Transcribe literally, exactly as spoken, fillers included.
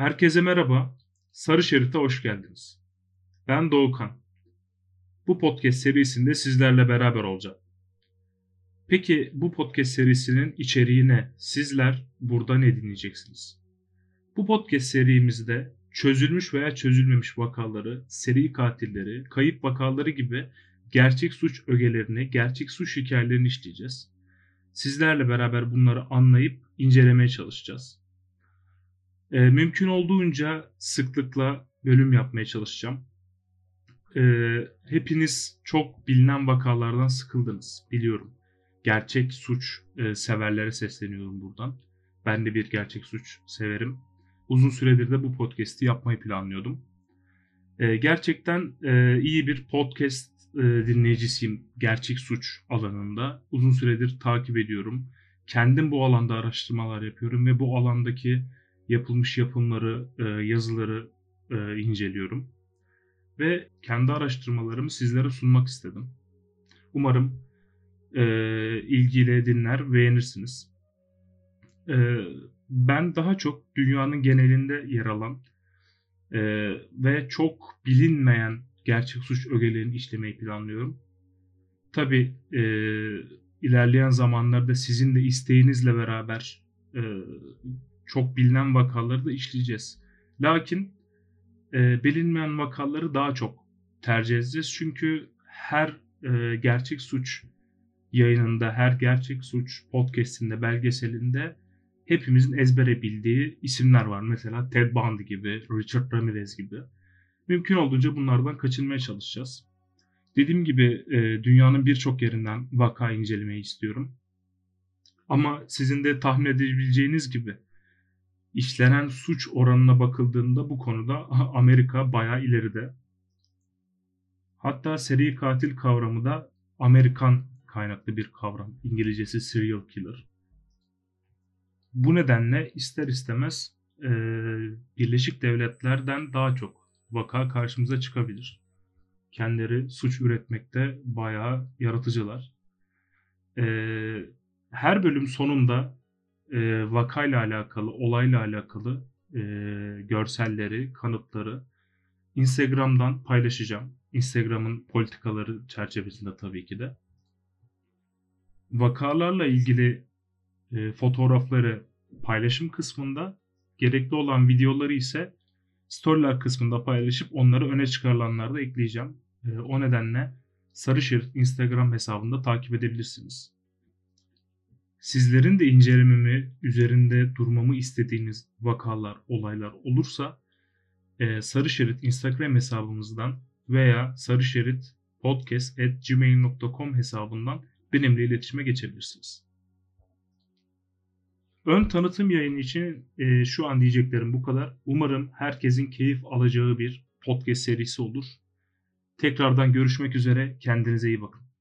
Herkese merhaba. Sarı Şerit'e hoş geldiniz. Ben Doğukan. Bu podcast serisinde sizlerle beraber olacağım. Peki bu podcast serisinin içeriği ne? Sizler burada ne dinleyeceksiniz? Bu podcast serimizde çözülmüş veya çözülmemiş vakaları, seri katilleri, kayıp vakaları gibi gerçek suç ögelerini, gerçek suç hikayelerini işleyeceğiz. Sizlerle beraber bunları anlayıp incelemeye çalışacağız. Ee, mümkün olduğunca sıklıkla bölüm yapmaya çalışacağım. Ee, hepiniz çok bilinen vakalardan sıkıldınız, biliyorum. Gerçek suç e, severlere sesleniyorum buradan. Ben de bir gerçek suç severim. Uzun süredir de bu podcast'i yapmayı planlıyordum. Ee, gerçekten e, iyi bir podcast e, dinleyicisiyim gerçek suç alanında. Uzun süredir takip ediyorum. Kendim bu alanda araştırmalar yapıyorum ve bu alandaki yapılmış yapımları, e, yazıları e, inceliyorum. Ve kendi araştırmalarımı sizlere sunmak istedim. Umarım e, ilgiyle dinler, beğenirsiniz. E, Ben daha çok dünyanın genelinde yer alan e, ve çok bilinmeyen gerçek suç ögelerini işlemeyi planlıyorum. Tabii e, ilerleyen zamanlarda sizin de isteğinizle beraber e, çok bilinen vakaları da işleyeceğiz. Lakin e, bilinmeyen vakaları daha çok tercih edeceğiz. Çünkü her e, gerçek suç yayınında, her gerçek suç podcastinde, belgeselinde hepimizin ezbere bildiği isimler var. Mesela Ted Bundy gibi, Richard Ramirez gibi. Mümkün olduğunca bunlardan kaçınmaya çalışacağız. Dediğim gibi e, dünyanın birçok yerinden vaka incelemeyi istiyorum. Ama sizin de tahmin edebileceğiniz gibi işlenen suç oranına bakıldığında bu konuda Amerika bayağı ileride. Hatta seri katil kavramı da Amerikan kaynaklı bir kavram. İngilizcesi serial killer. Bu nedenle ister istemez e, Birleşik Devletler'den daha çok vaka karşımıza çıkabilir. Kendileri suç üretmekte bayağı yaratıcılar. E, Her bölüm sonunda e, vakayla alakalı, olayla alakalı e, görselleri, kanıtları Instagram'dan paylaşacağım. Instagram'ın politikaları çerçevesinde tabii ki de. Vakalarla ilgili e, fotoğrafları paylaşım kısmında, gerekli olan videoları ise storyler kısmında paylaşıp onları öne çıkarılanları da ekleyeceğim. E, o nedenle Sarı Şerit Instagram hesabında takip edebilirsiniz. Sizlerin de incelememi, üzerinde durmamı istediğiniz vakalar, olaylar olursa e, Sarı Şerit Instagram hesabımızdan veya sarışeritpodcast at gmail nokta com hesabından benimle iletişime geçebilirsiniz. Ön tanıtım yayını için e, şu an diyeceklerim bu kadar. Umarım herkesin keyif alacağı bir podcast serisi olur. Tekrardan görüşmek üzere. Kendinize iyi bakın.